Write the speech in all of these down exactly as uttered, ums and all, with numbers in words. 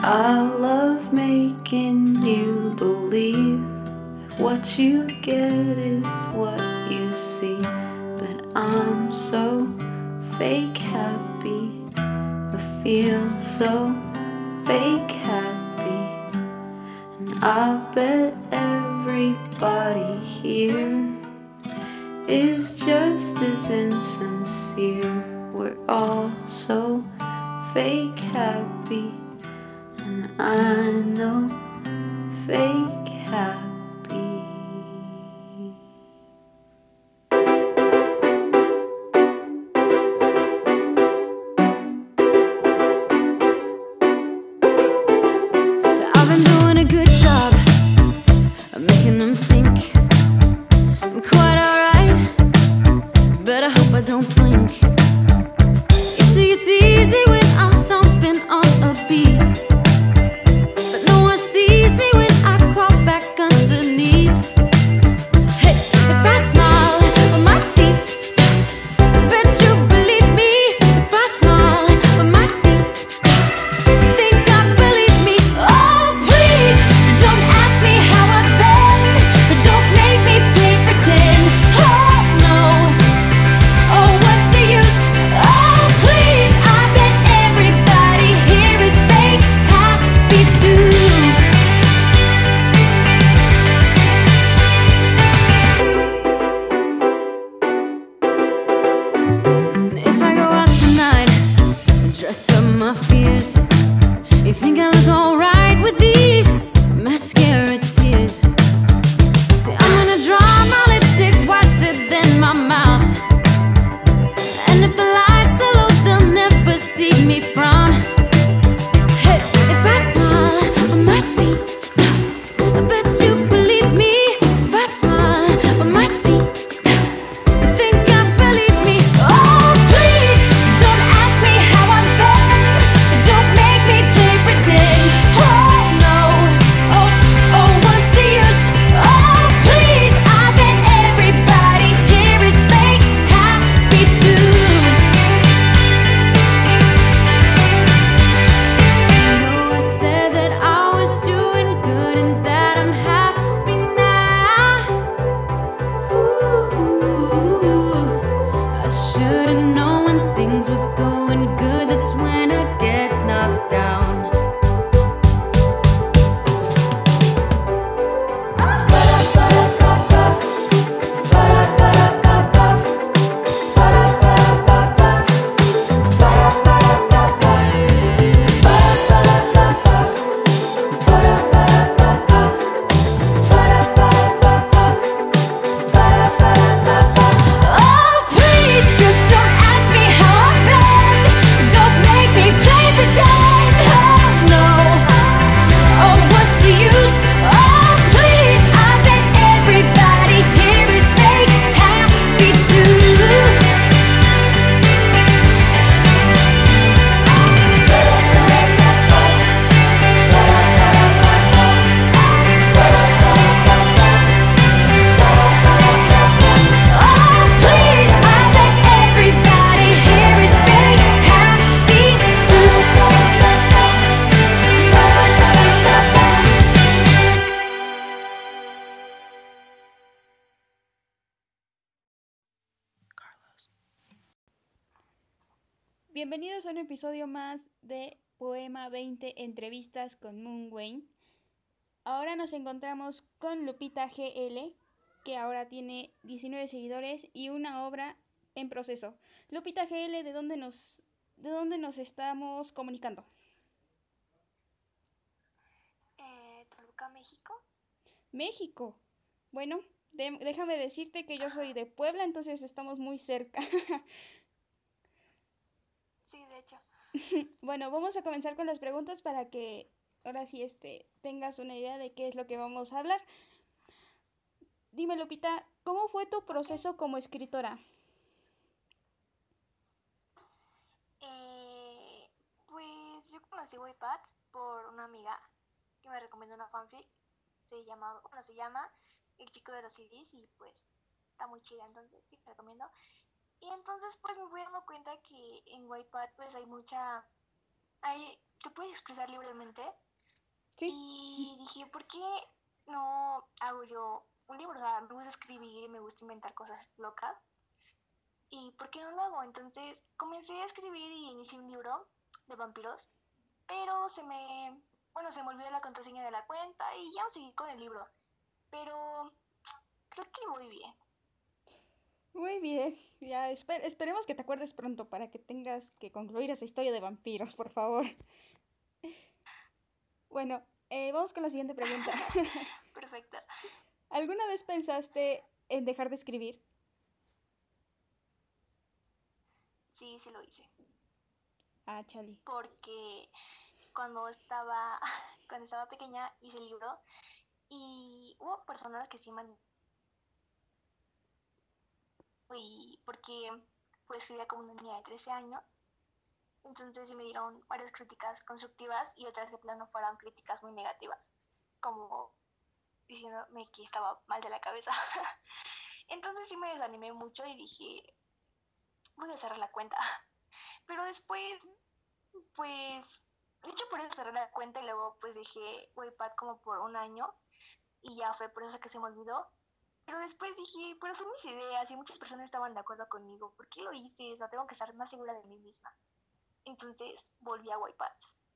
I love making you believe what you get is what you see, but I'm so fake happy, I feel so fake happy, and I bet everybody here is just as insincere. We're all so fake happy, and I know fake happy. So I've been doing a good job of making them think I'm quite alright, but I hope I don't blink. You see, it's easy when I'm stomping on a beat, but no one sees me when I crawl back underneath. Hey, if I smile with my teeth, I bet you believe me. If I smile with my teeth, you think I believe me. Oh, please, don't ask me how I've been, don't make me play pretend. Oh, no. Oh, what's the use? Oh, please, I bet everybody here is fake happy too. And if I go out tonight and dress up my fears, you think I look alright with these mascara tears? See, I'm gonna draw my lipstick whiter than my mouth, and if the lights are low, they'll never see me frown. Hey, if I smile with my teeth, I bet you believe me. If I smile with my teeth, you think I believe me. Oh, please, don't ask me how I've been, don't make me play pretend. Oh, no. Oh, oh, what's the use? Oh, please, I bet everybody here is fake happy too. You know I said that I was doing good and that I'm happy now. Ooh, I should've known when things were going good, that's when I'd get knocked down. Oh, please, just don't ask me how I've been, don't make me play pretend. Oh, no. Oh, what's the use? Oh, please, I bet everybody here is fake happy too. Oh, please, I bet everybody here is fake happy too. Bienvenidos a un episodio más de Poema veinte Entrevistas con Moon Wayne. Ahora nos encontramos con Lupita G L, que ahora tiene diecinueve seguidores y una obra en proceso. Lupita G L, ¿de dónde nos, de dónde nos estamos comunicando? Eh, Toluca, México. México. Bueno, de- déjame decirte que yo soy de Puebla, entonces estamos muy cerca. Sí, de hecho. Bueno, vamos a comenzar con las preguntas para que ahora sí este, tengas una idea de qué es lo que vamos a hablar. Dime, Lupita, ¿cómo fue tu proceso como escritora? Eh, pues yo conocí Wattpad por una amiga que me recomendó una fanfic. Se llama, bueno, se llama El chico de los C Ds y pues está muy chida, entonces sí, te recomiendo. Y entonces pues me fui dando cuenta que en Wattpad pues hay mucha, hay, te puedes voy a expresar libremente. Sí. Y dije, ¿por qué no hago yo un libro? O sea, me gusta escribir, me gusta inventar cosas locas. ¿Y por qué no lo hago? Entonces comencé a escribir y inicié un libro de vampiros, pero se me, bueno, se me olvidó la contraseña de la cuenta y ya seguí con el libro. Pero creo que voy bien. Muy bien. Ya esper- esperemos que te acuerdes pronto para que tengas que concluir esa historia de vampiros, por favor. Bueno, eh, vamos con la siguiente pregunta. Perfecto. ¿Alguna vez pensaste en dejar de escribir? Sí, sí lo hice. Ah, chale. Porque cuando estaba, cuando estaba pequeña hice el libro y hubo personas que sí me han... Y porque pues escribía como una niña de trece años, entonces sí me dieron varias críticas constructivas y otras de plano fueron críticas muy negativas, como diciéndome que estaba mal de la cabeza. Entonces sí me desanimé mucho y dije, voy a cerrar la cuenta. Pero después, pues, de hecho por eso cerré la cuenta y luego pues dejé Wattpad como por un año y ya fue por eso que se me olvidó. Pero después dije, pero son mis ideas y muchas personas estaban de acuerdo conmigo. ¿Por qué lo hice? O sea, tengo que estar más segura de mí misma. Entonces volví a Wattpad.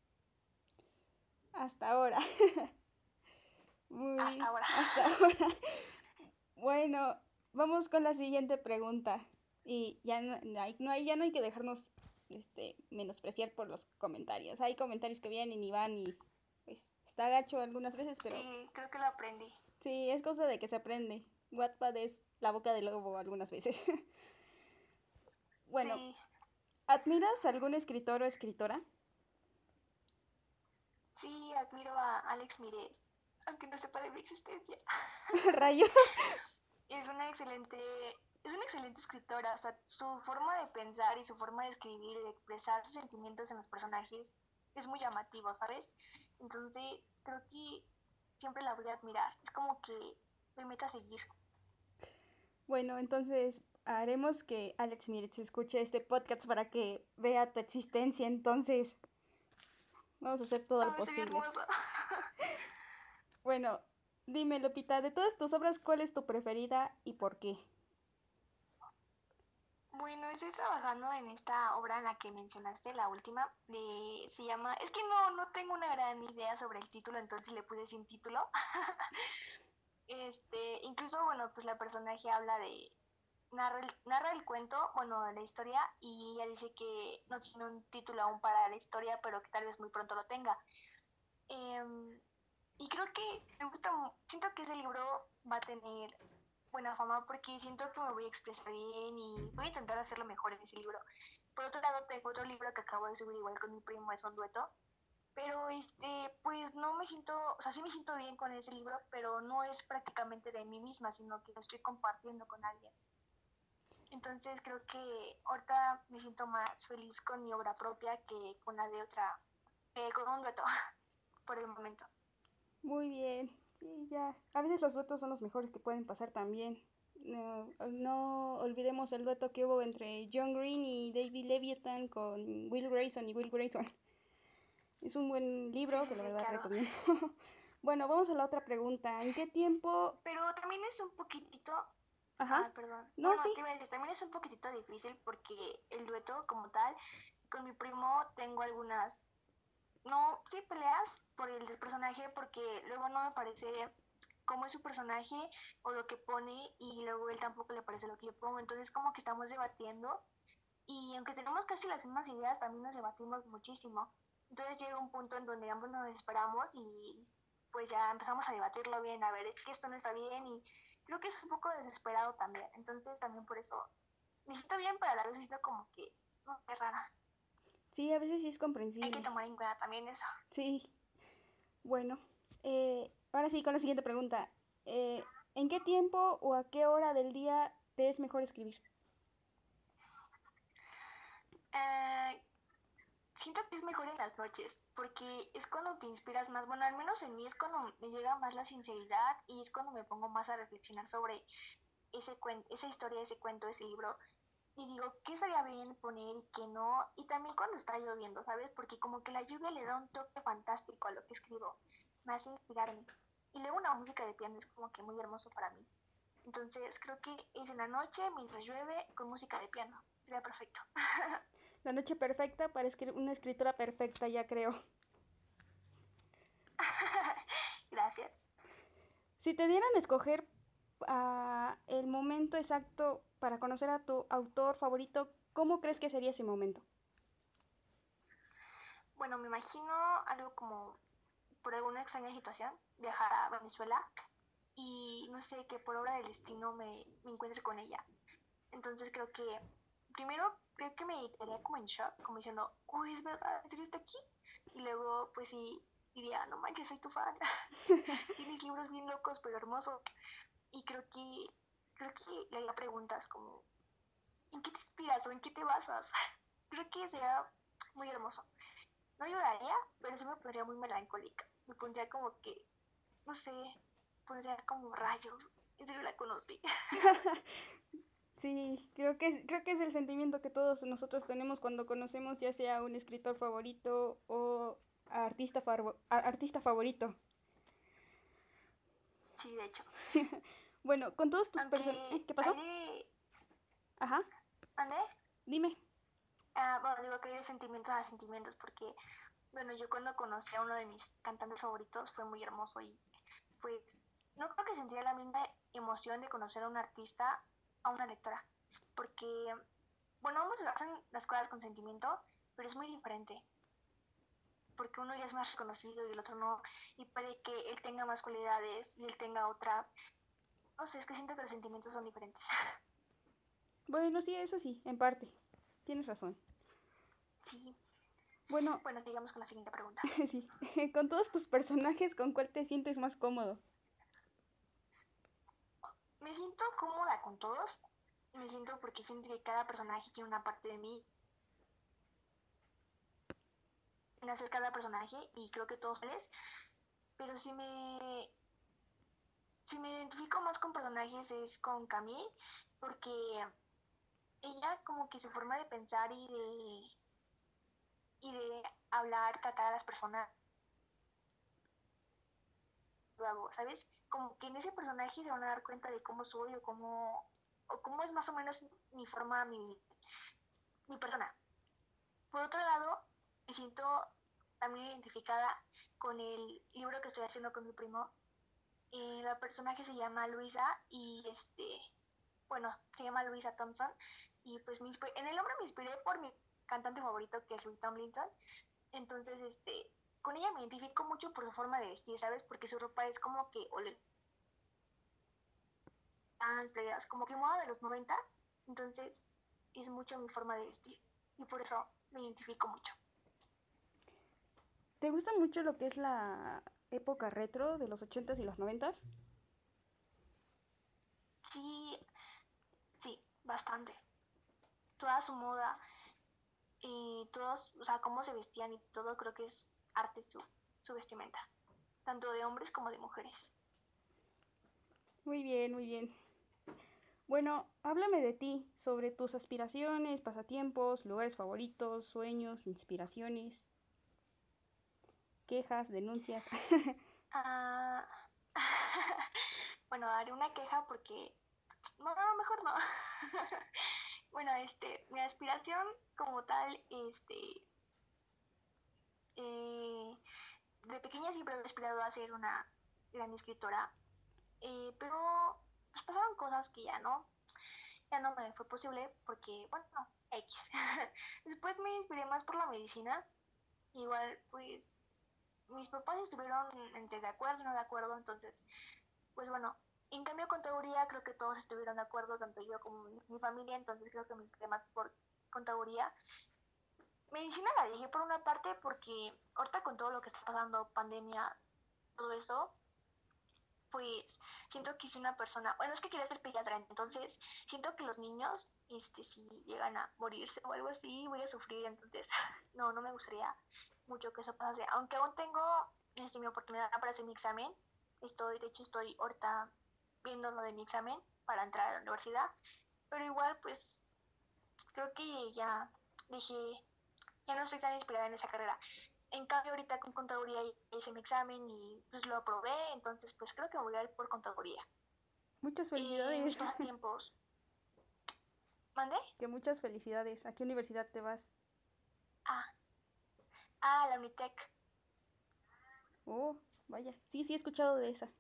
Hasta ahora. Hasta Muy... ahora. Hasta ahora. Bueno, vamos con la siguiente pregunta. Y ya no, no hay, no hay- ya no hay que dejarnos este, menospreciar por los comentarios. Hay comentarios que vienen y van y pues está gacho algunas veces, pero Sí, creo que lo aprendí. sí, es cosa de que se aprende. Wattpad es la boca del lobo algunas veces. Bueno, Sí, ¿admiras a algún escritor o escritora? sí, admiro a Alex Mires, aunque no sepa de mi existencia. Rayos. Es una excelente, es una excelente escritora, o sea, su forma de pensar y su forma de escribir y de expresar sus sentimientos en los personajes es muy llamativo, ¿sabes? Entonces, creo que siempre la voy a admirar. Es como que me meta a seguir. Bueno, entonces haremos que Alex Miretz escuche este podcast para que vea tu existencia. Entonces, vamos a hacer todo lo Ay, sería posible. hermoso. Bueno, dime, Lupita, de todas tus obras, ¿cuál es tu preferida y por qué? Bueno, estoy trabajando en esta obra en la que mencionaste, la última, de, se llama, es que no, no tengo una gran idea sobre el título, entonces le puse sin título. Este, incluso, bueno, pues la personaje habla de, narra el, narra el cuento, bueno, la historia, y ella dice que no tiene un título aún para la historia, pero que tal vez muy pronto lo tenga. Em, y creo que me gusta, mu- siento que ese libro va a tener buena fama porque siento que me voy a expresar bien y voy a intentar hacerlo mejor en ese libro. Por otro lado, tengo otro libro que acabo de subir igual con mi primo, es un dueto, pero este, pues no me siento, o sea, sí me siento bien con ese libro, pero no es prácticamente de mí misma, sino que lo estoy compartiendo con alguien. Entonces creo que ahorita me siento más feliz con mi obra propia que con la de otra, eh, con un dueto, por el momento. Muy bien, sí, ya. A veces los duetos son los mejores que pueden pasar también. No, no olvidemos el dueto que hubo entre John Green y David Leviathan con Will Grayson y Will Grayson. Es un buen Sí, libro sí, que la sí, verdad claro. recomiendo. Bueno, vamos a la otra pregunta. ¿En qué tiempo? Pero también es un poquitito, Ajá. ah, perdón, No, bueno, sí. te iba a decir, también es un poquitito difícil porque el dueto como tal, con mi primo tengo algunas, no, sí peleas por el personaje porque luego no me parece cómo es su personaje o lo que pone y luego él tampoco le parece lo que yo pongo, entonces como que estamos debatiendo y aunque tenemos casi las mismas ideas, también nos debatimos muchísimo. Entonces llega un punto en donde ambos nos desesperamos y pues ya empezamos a debatirlo bien, a ver, es que esto no está bien y creo que es un poco desesperado también. Entonces también por eso me siento bien, pero a la vez me siento como que, no, qué rara. Sí, a veces sí es Hay que comprensible. tomar en cuenta también eso. Sí. Bueno, eh, ahora sí con la siguiente pregunta. Eh, ¿en qué tiempo o a qué hora del día te es mejor escribir? Eh, Siento que es mejor en las noches, porque es cuando te inspiras más, bueno, al menos en mí es cuando me llega más la sinceridad y es cuando me pongo más a reflexionar sobre ese cuen esa historia, ese cuento, ese libro. y digo, ¿qué estaría bien poner y qué no? Y también cuando está lloviendo, ¿sabes? Porque como que la lluvia le da un toque fantástico a lo que escribo, me hace inspirarme. Y luego una música de piano es como que muy hermoso para mí. Entonces creo que es en la noche, mientras llueve, con música de piano. Sería perfecto. La noche perfecta para escri- una escritora perfecta, ya creo. Gracias. Si te dieran a escoger ah, el momento exacto para conocer a tu autor favorito, ¿cómo crees que sería ese momento? Bueno, me imagino algo como por alguna extraña situación, viajar a Venezuela y no sé, que por obra del destino me, me encuentre con ella. Entonces creo que primero creo que me quedaría como en shock, como diciendo, uy, es verdad, ¿en serio está aquí? Y luego pues sí diría, no manches, soy tu fan. Tienes libros bien locos pero hermosos. Y creo que creo que le haría preguntas como, ¿en qué te inspiras o en qué te basas? Creo que sería muy hermoso. No lloraría, pero sí me pondría muy melancólica. Me pondría como que, no sé, pondría como rayos. En serio la conocí. Sí, creo que, creo que es el sentimiento que todos nosotros tenemos cuando conocemos ya sea un escritor favorito o artista, farbo- a- artista favorito. Sí, de hecho. Bueno, con todos tus personajes... Aunque ¿Qué hay pasó? de... Ajá, ¿Ande? dime. Ah, bueno, digo que hay de sentimientos a sentimientos porque, bueno, yo cuando conocí a uno de mis cantantes favoritos fue muy hermoso y pues no creo que sentía la misma emoción de conocer a un artista a una lectora. Porque, bueno, ambos hacen las cosas con sentimiento, pero es muy diferente. Porque uno ya es más reconocido y el otro no, y puede que él tenga más cualidades y él tenga otras. No sé, es que siento que los sentimientos son diferentes. Bueno, sí, eso sí, en parte. Tienes razón. Sí, Bueno, bueno, sigamos con la siguiente pregunta. sí, con todos tus personajes, ¿con cuál te sientes más cómodo? Me siento cómoda con todos, me siento porque siento que cada personaje tiene una parte de mí, en hacer cada personaje y creo que todos les, pero si me, si me identifico más con personajes es con Camille, porque ella como que su forma de pensar y de, y de hablar, tratar a las personas lo hago, ¿sabes? Como que en ese personaje se van a dar cuenta de cómo soy o cómo, o cómo es más o menos mi forma, mi, mi persona. Por otro lado, me siento también identificada con el libro que estoy haciendo con mi primo. Eh, la personaje se llama Luisa y este, bueno, se llama Luisa Thompson y pues me en el nombre me inspiré por mi cantante favorito que es Louis Tomlinson. Entonces, este, con ella me identifico mucho por su forma de vestir, ¿sabes? Porque su ropa es como que o playeras, como que moda de los noventa, entonces es mucho mi forma de vestir y por eso me identifico mucho. ¿Te gusta mucho lo que es la época retro de los ochentas y los noventas? Sí, sí, bastante. Toda su moda y todos, o sea, cómo se vestían y todo, creo que es arte su, su vestimenta, tanto de hombres como de mujeres. Muy bien, muy bien. Bueno, háblame de ti, sobre tus aspiraciones, pasatiempos, lugares favoritos, sueños, inspiraciones, quejas, denuncias. Ah, bueno, haré una queja porque, no, no, mejor no. Bueno, este, mi aspiración como tal, este, eh, de pequeña siempre he aspirado a ser una gran escritora, eh, pero pues pasaron cosas que ya no, ya no me fue posible porque, bueno, no, X. Después me inspiré más por la medicina, igual pues mis papás estuvieron entre de acuerdo y no de acuerdo, entonces, pues bueno, en cambio contaduría creo que todos estuvieron de acuerdo, tanto yo como mi, mi familia, entonces creo que me inspiré más por contaduría. Medicina la dejé por una parte porque ahorita con todo lo que está pasando, pandemias, todo eso, pues siento que si una persona, bueno, es que quería ser pediatra, entonces siento que los niños, este, si llegan a morirse o algo así, voy a sufrir, entonces no, no me gustaría mucho que eso pasase, aunque aún tengo este, mi oportunidad para hacer mi examen, estoy, de hecho estoy ahorita viendo lo de mi examen para entrar a la universidad, pero igual pues creo que ya dije, ya no estoy tan inspirada en esa carrera. En cambio, ahorita con contaduría hice mi examen y pues lo aprobé, entonces pues creo que voy a ir por contaduría. Muchas Eh, mis felicidades. pasatiempos. ¿Mandé? Que muchas felicidades. ¿A qué universidad te vas? Ah, ah, la Unitec. Oh, vaya. Sí, sí he escuchado de esa.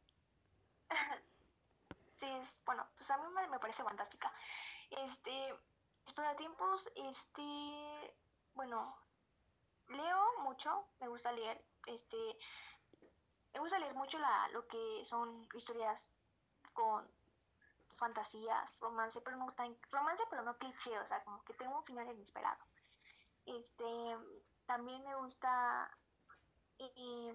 Sí, es, bueno, pues a mí me, me parece fantástica. Este, mis pasatiempos, este, bueno, leo mucho, me gusta leer, este, me gusta leer mucho la, lo que son historias con fantasías, romance, pero no tan, romance, pero no cliché, o sea, como que tengo un final inesperado. Este, también me gusta eh,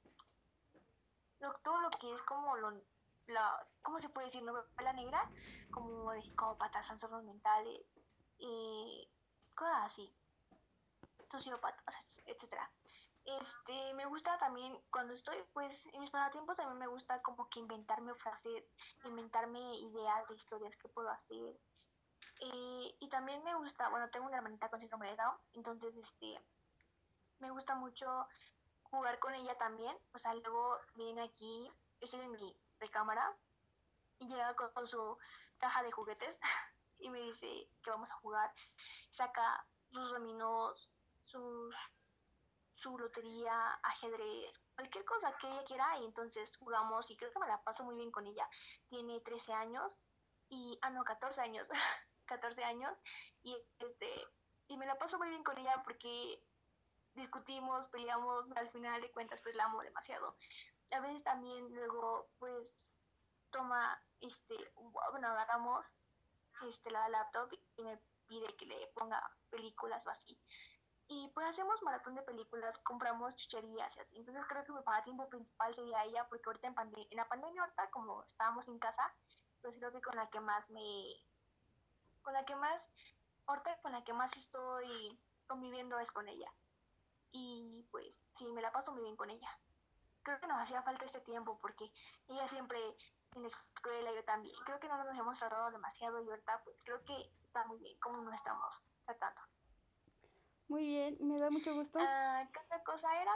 lo, todo lo que es como lo, la, ¿cómo se puede decir? Novela negra, como de psicópatas, trastornos mentales, y cosas así, sociópatas, etcétera. Este, me gusta también, cuando estoy, pues, en mis pasatiempos también me gusta como que inventarme frases, inventarme ideas de historias que puedo hacer. Eh, y también me gusta, bueno, tengo una hermanita con síndrome de Down, entonces, este, me gusta mucho jugar con ella también. O sea, luego viene aquí, estoy en mi recámara, y llega con, con su caja de juguetes y me dice que vamos a jugar. Saca sus dominos, sus su lotería, ajedrez, cualquier cosa que ella quiera y entonces jugamos y creo que me la paso muy bien con ella. Tiene trece años y, ah no, catorce años, catorce años y este, y me la paso muy bien con ella porque discutimos, peleamos, al final de cuentas pues la amo demasiado. A veces también luego pues toma, este, bueno, agarramos este, la laptop y me pide que le ponga películas o así. Y pues hacemos maratón de películas, compramos chucherías y así. Entonces creo que mi pasatiempo principal sería ella, porque ahorita en, pande en la pandemia, ahorita como estábamos en casa, pues creo que con la que más me, con la que más, ahorita con la que más estoy conviviendo es con ella. Y pues sí, me la paso muy bien con ella. Creo que nos hacía falta este tiempo porque ella siempre en la escuela, yo también. Creo que no nos hemos tratado demasiado y ahorita pues creo que está muy bien como nos estamos tratando. Muy bien, me da mucho gusto. Uh, ¿Qué otra cosa era?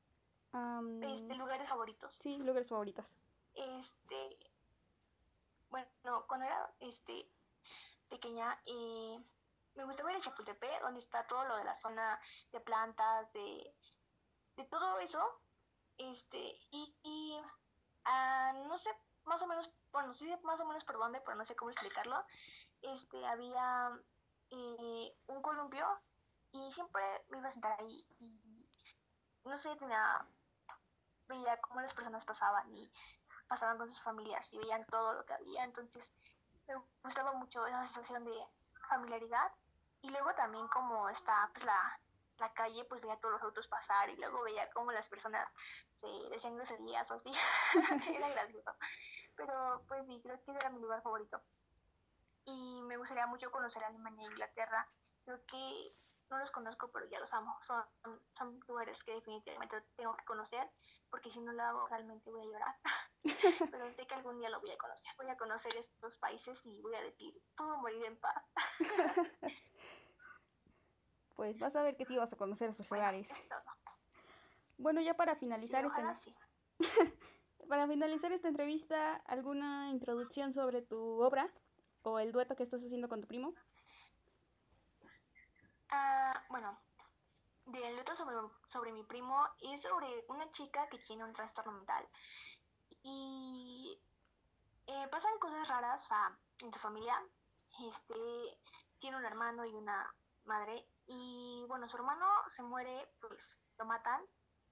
Um, Este, lugares favoritos. sí, lugares favoritos. Este, bueno, cuando era este, pequeña, eh, me gustaba ir a Chapultepec, donde está todo lo de la zona de plantas, de, de todo eso. Este, y, y uh, no sé más o menos, bueno, sí más o menos por dónde, pero no sé cómo explicarlo. Este, había eh, un columpio y siempre me iba a sentar ahí y no sé, tenía, veía cómo las personas pasaban y pasaban con sus familias y veían todo lo que había, entonces me gustaba mucho esa sensación de familiaridad y luego también como está pues la, la calle, pues veía todos los autos pasar y luego veía cómo las personas se decían groserías o así, era gracioso, pero pues sí, creo que ese era mi lugar favorito y me gustaría mucho conocer Alemania e Inglaterra, creo que no los conozco, pero ya los amo. Son, son lugares que definitivamente tengo que conocer, porque si no lo hago realmente voy a llorar. Pero sé que algún día lo voy a conocer. Voy a conocer estos países y voy a decir, puedo morir en paz. Pues vas a ver que sí vas a conocer esos Bueno, lugares. es todo. Bueno, ya para Sí, finalizar ojalá este... sí. para finalizar esta entrevista, ¿alguna introducción sobre tu obra o el dueto que estás haciendo con tu primo? Uh, bueno, del luto sobre, sobre mi primo es sobre una chica que tiene un trastorno mental. Y eh, pasan cosas raras, o sea, en su familia. Este, tiene un hermano y una madre. Y bueno, su hermano se muere, pues lo matan.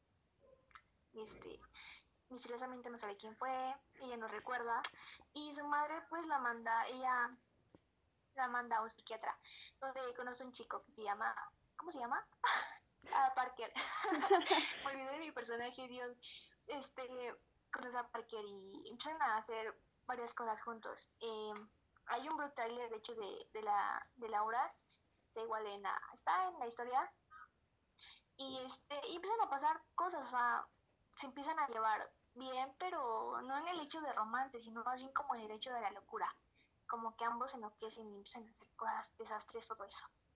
Este, misteriosamente no sabe quién fue, ella no recuerda. Y su madre, pues la manda, ella la manda a un psiquiatra, donde conoce a un chico que se llama, ¿cómo se llama? Ah, Parker. Me olvidé de mi personaje, Dios. Este, conoce a Parker y empiezan a hacer varias cosas juntos. Eh, hay un brutal trailer, de hecho, de, de, la, de la obra, está igual en la, está en la historia, y, este, y empiezan a pasar cosas, o sea, se empiezan a llevar bien, pero no en el hecho de romance, sino más bien como en el hecho de la locura. Como que ambos enloquecen y empiezan a hacer cosas, desastres, todo eso.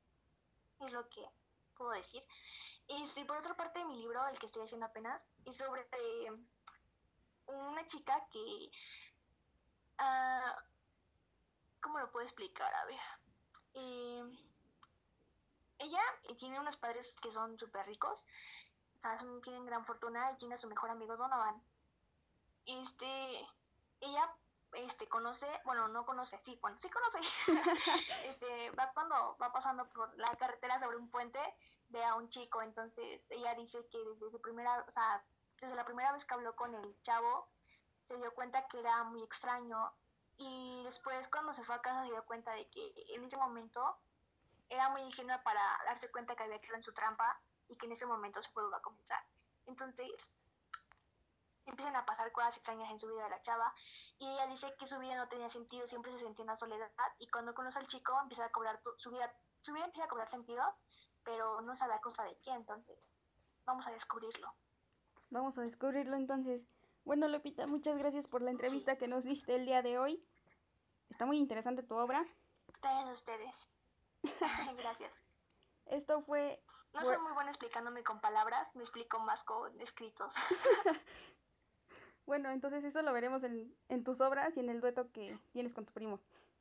es lo que puedo decir. Este, por otra parte, mi libro, el que estoy haciendo apenas, es sobre eh, una chica que... Uh, ¿Cómo lo puedo explicar? A ver. Eh, ella tiene unos padres que son súper ricos. O sea, son, tienen gran fortuna y tiene a su mejor amigo Donovan. Este... Ella... Este, conoce, bueno, no conoce, sí, bueno, sí conoce, este, va cuando va pasando por la carretera sobre un puente, ve a un chico, entonces ella dice que desde su primera, o sea, desde la primera vez que habló con el chavo, se dio cuenta que era muy extraño, y después cuando se fue a casa se dio cuenta de que en ese momento era muy ingenua para darse cuenta que había quedado en su trampa, y que en ese momento su juego va a comenzar. Entonces empiezan a pasar cosas extrañas en su vida de la chava, y ella dice que su vida no tenía sentido, siempre se sentía en la soledad, y cuando conoce al chico empieza a cobrar tu, su vida, su vida empieza a cobrar sentido, pero no sabe a causa de qué. Entonces vamos a descubrirlo. Vamos a descubrirlo entonces. Bueno, Lupita, muchas gracias por la entrevista sí. que nos diste el día de hoy. Está muy interesante tu obra. Gracias a ustedes. Gracias. Esto fue... No soy muy buena explicándome con palabras, me explico más con escritos. Bueno, entonces eso lo veremos en, en tus obras y en el dueto que tienes con tu primo.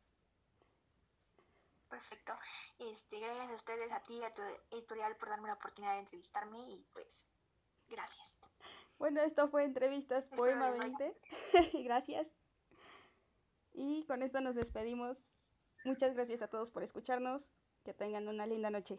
Perfecto. Este, gracias a ustedes, a ti y a tu editorial por darme la oportunidad de entrevistarme, y pues, gracias. Bueno, esto fue Entrevistas Poema veinte. Gracias. Y con esto nos despedimos. Muchas gracias a todos por escucharnos. Que tengan una linda noche.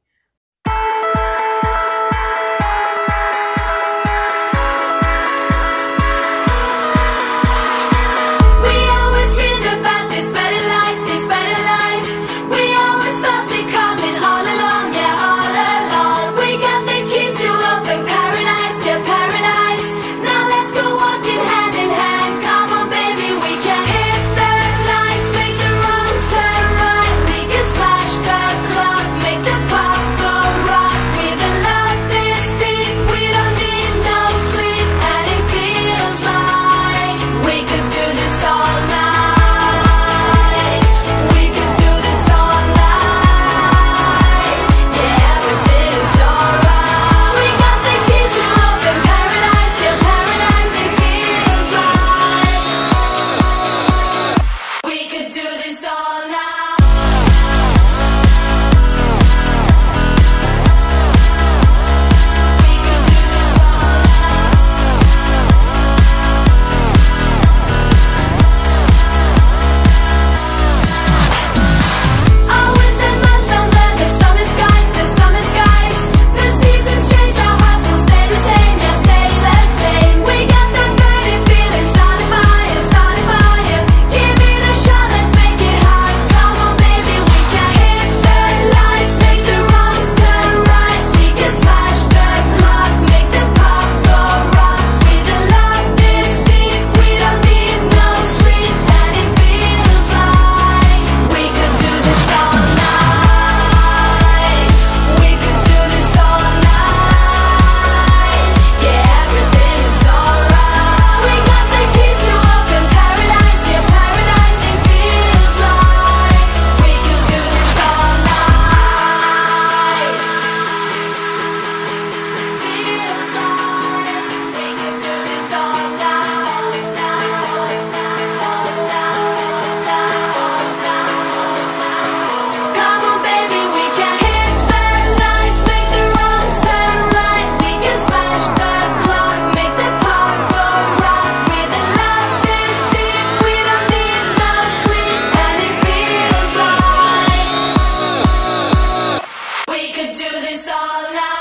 This better life, this better life. We always felt it coming all along, yeah, all along. We got the keys to open paradise, yeah, paradise. Now let's go walking hand in hand. Come on, baby, we can hit the lights, make the wrongs turn right. We can smash the clock, make the pop go rock. With a love this deep, we don't need no sleep, and it feels like we could do this all night. We could do this all night.